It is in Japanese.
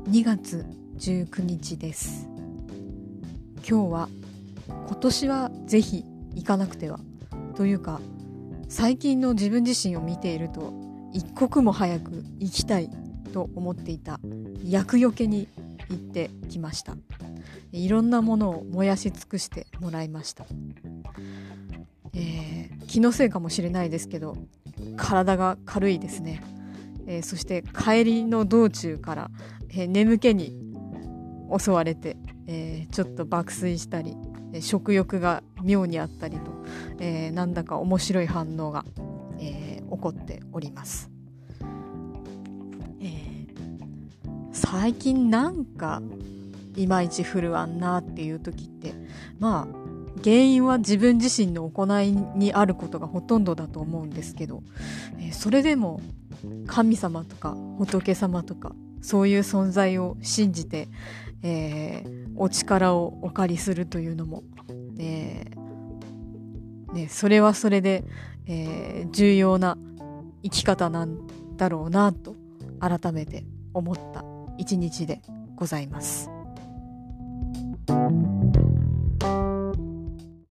2月19日です。今日は今年はぜひ行かなくてはというか、最近の自分自身を見ていると一刻も早く行きたいと思っていた厄除けに行ってきました。いろんなものを燃やし尽くしてもらいました。気のせいかもしれないですけど、体が軽いですね。そして帰りの道中から、眠気に襲われて、ちょっと爆睡したり、食欲が妙にあったりと、なんだか面白い反応が、起こっております。最近なんかいまいち振るわんなっていう時って、原因は自分自身の行いにあることがほとんどだと思うんですけど、それでも神様とか仏様とかそういう存在を信じて、お力をお借りするというのも、それはそれで、重要な生き方なんだろうなと改めて思った一日でございます。